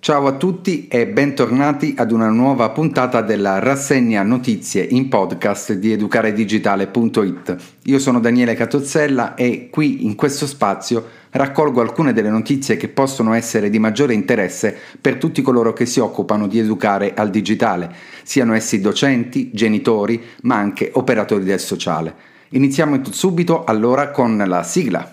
Ciao a tutti e bentornati ad una nuova puntata della rassegna notizie in podcast di educaredigitale.it. Io sono Daniele Catozzella e qui in questo spazio raccolgo alcune delle notizie che possono essere di maggiore interesse per tutti coloro che si occupano di educare al digitale, siano essi docenti, genitori, ma anche operatori del sociale. Iniziamo subito allora con la sigla.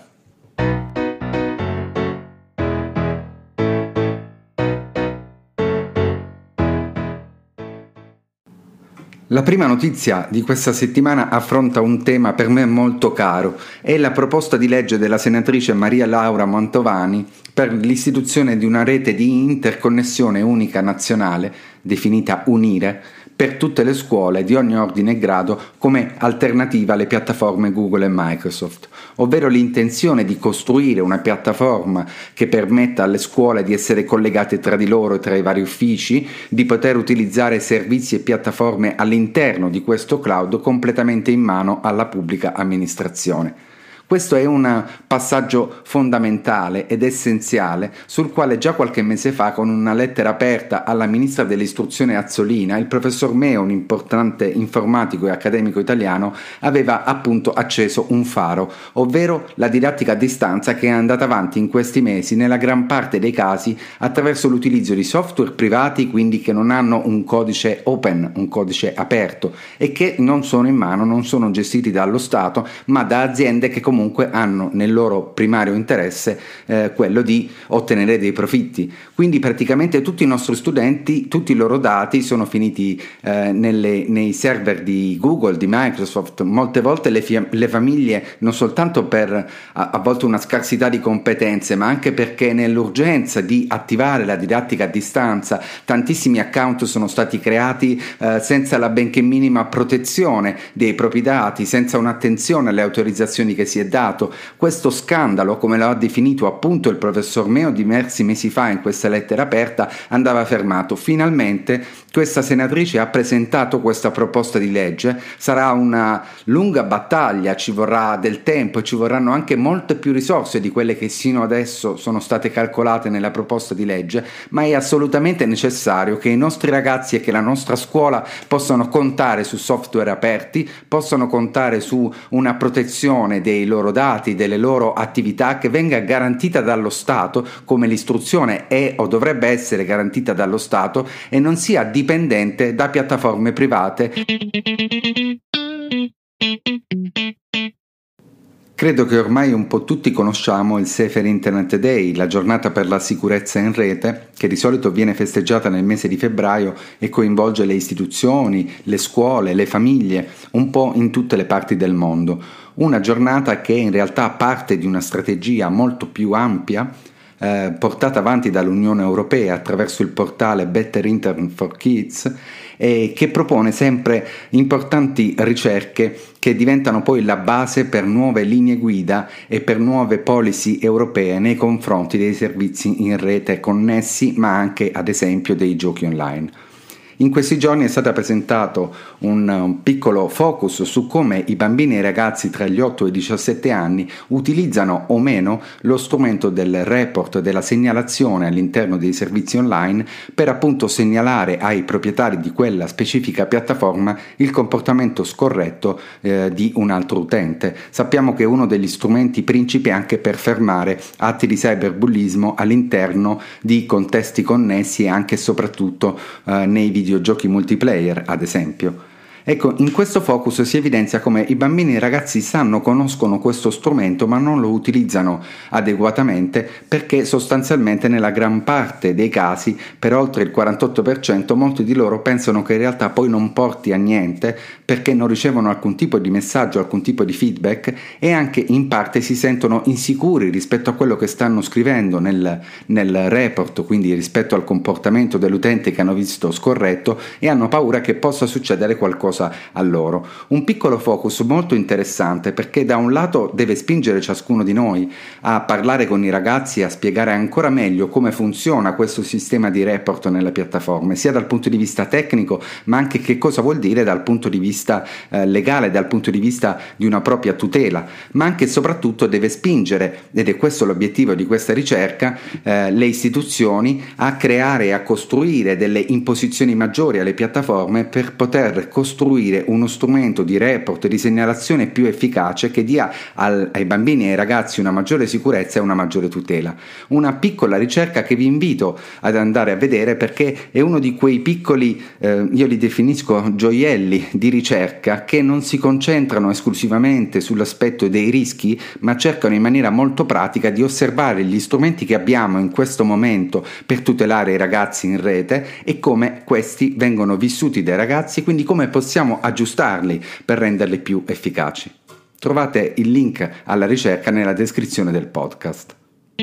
La prima notizia di questa settimana affronta un tema per me molto caro, è la proposta di legge della senatrice Maria Laura Mantovani per l'istituzione di una rete di interconnessione unica nazionale, definita UNIRE, per tutte le scuole di ogni ordine e grado come alternativa alle piattaforme Google e Microsoft, ovvero l'intenzione di costruire una piattaforma che permetta alle scuole di essere collegate tra di loro e tra i vari uffici, di poter utilizzare servizi e piattaforme all'interno di questo cloud completamente in mano alla pubblica amministrazione. Questo è un passaggio fondamentale ed essenziale sul quale già qualche mese fa, con una lettera aperta alla ministra dell'istruzione Azzolina, il professor Meo, un importante informatico e accademico italiano, aveva appunto acceso un faro, ovvero la didattica a distanza che è andata avanti in questi mesi nella gran parte dei casi attraverso l'utilizzo di software privati, quindi che non hanno un codice open, un codice aperto, e che non sono in mano, non sono gestiti dallo Stato, ma da aziende che comunque hanno nel loro primario interesse quello di ottenere dei profitti. Quindi praticamente tutti i nostri studenti, tutti i loro dati sono finiti nei server di Google, di Microsoft. Molte volte le famiglie, non soltanto per a volte una scarsità di competenze, ma anche perché nell'urgenza di attivare la didattica a distanza tantissimi account sono stati creati senza la benché minima protezione dei propri dati, senza un'attenzione alle autorizzazioni che si è dato. Questo scandalo, come lo ha definito appunto il professor Meo diversi mesi fa in questa lettera aperta, andava fermato. Finalmente questa senatrice ha presentato questa proposta di legge. Sarà una lunga battaglia, ci vorrà del tempo e ci vorranno anche molte più risorse di quelle che sino adesso sono state calcolate nella proposta di legge, ma è assolutamente necessario che i nostri ragazzi e che la nostra scuola possano contare su software aperti, possano contare su una protezione dei loro dati, delle loro attività, che venga garantita dallo Stato, come l'istruzione è o dovrebbe essere garantita dallo Stato, e non sia dipendente da piattaforme private. Credo che ormai un po' tutti conosciamo il Safer Internet Day, la giornata per la sicurezza in rete, che di solito viene festeggiata nel mese di febbraio e coinvolge le istituzioni, le scuole, le famiglie, un po' in tutte le parti del mondo. Una giornata che in realtà parte di una strategia molto più ampia, portata avanti dall'Unione Europea attraverso il portale Better Internet for Kids, e che propone sempre importanti ricerche che diventano poi la base per nuove linee guida e per nuove policy europee nei confronti dei servizi in rete connessi, ma anche ad esempio dei giochi online. In questi giorni è stato presentato un piccolo focus su come i bambini e i ragazzi tra gli 8 e i 17 anni utilizzano o meno lo strumento del report, della segnalazione all'interno dei servizi online, per appunto segnalare ai proprietari di quella specifica piattaforma il comportamento scorretto di un altro utente. Sappiamo che è uno degli strumenti principi anche per fermare atti di cyberbullismo all'interno di contesti connessi e anche e soprattutto nei videogiochi multiplayer, ad esempio. Ecco, in questo focus si evidenzia come i bambini e i ragazzi conoscono questo strumento, ma non lo utilizzano adeguatamente, perché sostanzialmente nella gran parte dei casi, per oltre il 48%, molti di loro pensano che in realtà poi non porti a niente, perché non ricevono alcun tipo di messaggio, alcun tipo di feedback, e anche in parte si sentono insicuri rispetto a quello che stanno scrivendo nel report, quindi rispetto al comportamento dell'utente che hanno visto scorretto, e hanno paura che possa succedere qualcosa a loro. Un piccolo focus molto interessante, perché da un lato deve spingere ciascuno di noi a parlare con i ragazzi e a spiegare ancora meglio come funziona questo sistema di report nelle piattaforme, sia dal punto di vista tecnico, ma anche che cosa vuol dire dal punto di vista vista legale, dal punto di vista di una propria tutela, ma anche e soprattutto deve spingere, ed è questo l'obiettivo di questa ricerca, le istituzioni a creare e a costruire delle imposizioni maggiori alle piattaforme per poter costruire uno strumento di report, di segnalazione più efficace che dia ai bambini e ai ragazzi una maggiore sicurezza e una maggiore tutela. Una piccola ricerca che vi invito ad andare a vedere, perché è uno di quei piccoli, io li definisco gioielli di ricerca, che non si concentrano esclusivamente sull'aspetto dei rischi, ma cercano in maniera molto pratica di osservare gli strumenti che abbiamo in questo momento per tutelare i ragazzi in rete e come questi vengono vissuti dai ragazzi, quindi come possiamo aggiustarli per renderli più efficaci. Trovate il link alla ricerca nella descrizione del podcast.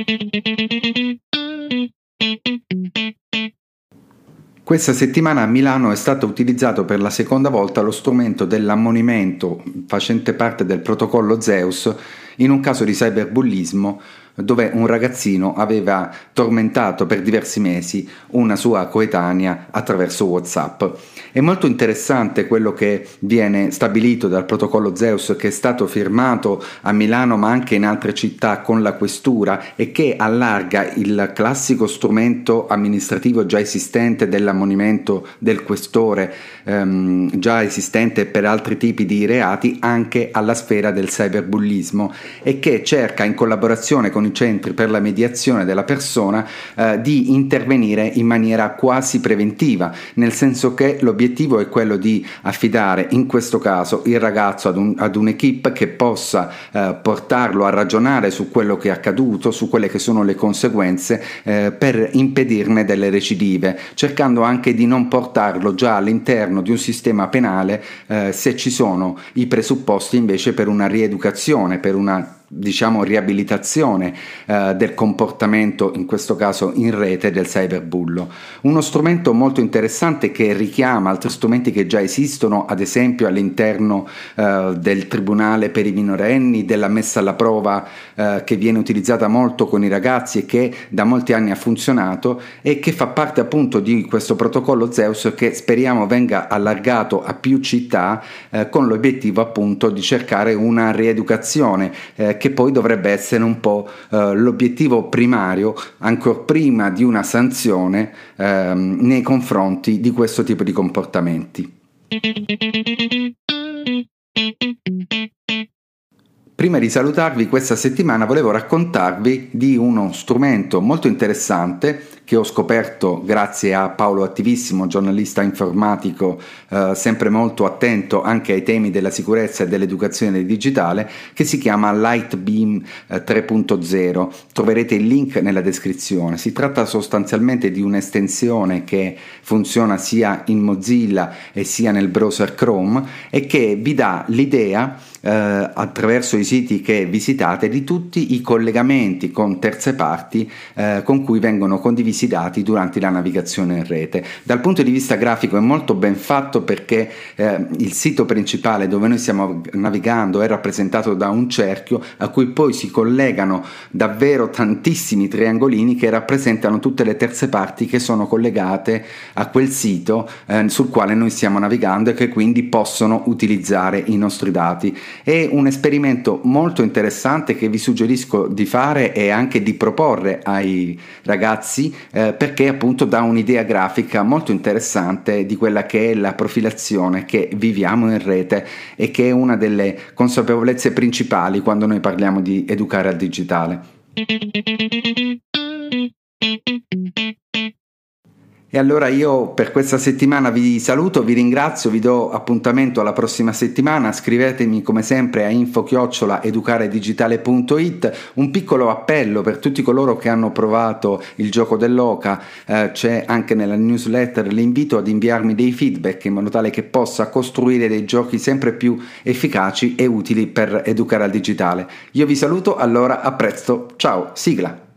Questa settimana a Milano è stato utilizzato per la seconda volta lo strumento dell'ammonimento facente parte del protocollo Zeus in un caso di cyberbullismo dove un ragazzino aveva tormentato per diversi mesi una sua coetanea attraverso WhatsApp. È molto interessante quello che viene stabilito dal protocollo Zeus, che è stato firmato a Milano ma anche in altre città con la questura e che allarga il classico strumento amministrativo già esistente dell'ammonimento del questore, già esistente per altri tipi di reati, anche alla sfera del cyberbullismo, e che cerca, in collaborazione con i centri per la mediazione della persona, di intervenire in maniera quasi preventiva, nel senso che l'obiettivo è quello di affidare in questo caso il ragazzo ad un'equipe che possa portarlo a ragionare su quello che è accaduto, su quelle che sono le conseguenze, per impedirne delle recidive, cercando anche di non portarlo già all'interno di un sistema penale se ci sono i presupposti invece per una rieducazione, per una riabilitazione del comportamento, in questo caso in rete, del cyberbullo. Uno strumento molto interessante che richiama altri strumenti che già esistono, ad esempio all'interno del tribunale per i minorenni, della messa alla prova che viene utilizzata molto con i ragazzi e che da molti anni ha funzionato e che fa parte appunto di questo protocollo Zeus, che speriamo venga allargato a più città con l'obiettivo appunto di cercare una rieducazione che poi dovrebbe essere un po' l'obiettivo primario, ancor prima di una sanzione nei confronti di questo tipo di comportamenti. Prima di salutarvi, questa settimana volevo raccontarvi di uno strumento molto interessante che ho scoperto grazie a Paolo Attivissimo, giornalista informatico sempre molto attento anche ai temi della sicurezza e dell'educazione digitale, che si chiama Lightbeam 3.0. Troverete il link nella descrizione. Si tratta sostanzialmente di un'estensione che funziona sia in Mozilla e sia nel browser Chrome e che vi dà l'idea attraverso i siti che visitate di tutti i collegamenti con terze parti con cui vengono condivisi i dati durante la navigazione in rete. Dal punto di vista grafico è molto ben fatto, perché il sito principale dove noi stiamo navigando è rappresentato da un cerchio a cui poi si collegano davvero tantissimi triangolini che rappresentano tutte le terze parti che sono collegate a quel sito sul quale noi stiamo navigando e che quindi possono utilizzare i nostri dati. È un esperimento molto interessante che vi suggerisco di fare e anche di proporre ai ragazzi perché appunto dà un'idea grafica molto interessante di quella che è la profilazione che viviamo in rete e che è una delle consapevolezze principali quando noi parliamo di educare al digitale. E allora io per questa settimana vi saluto, vi ringrazio, vi do appuntamento alla prossima settimana. Scrivetemi come sempre a info@educaredigitale.it. Un piccolo appello per tutti coloro che hanno provato il gioco dell'oca, c'è anche nella newsletter l'invito ad inviarmi dei feedback in modo tale che possa costruire dei giochi sempre più efficaci e utili per educare al digitale. Io vi saluto, allora a presto, ciao, sigla!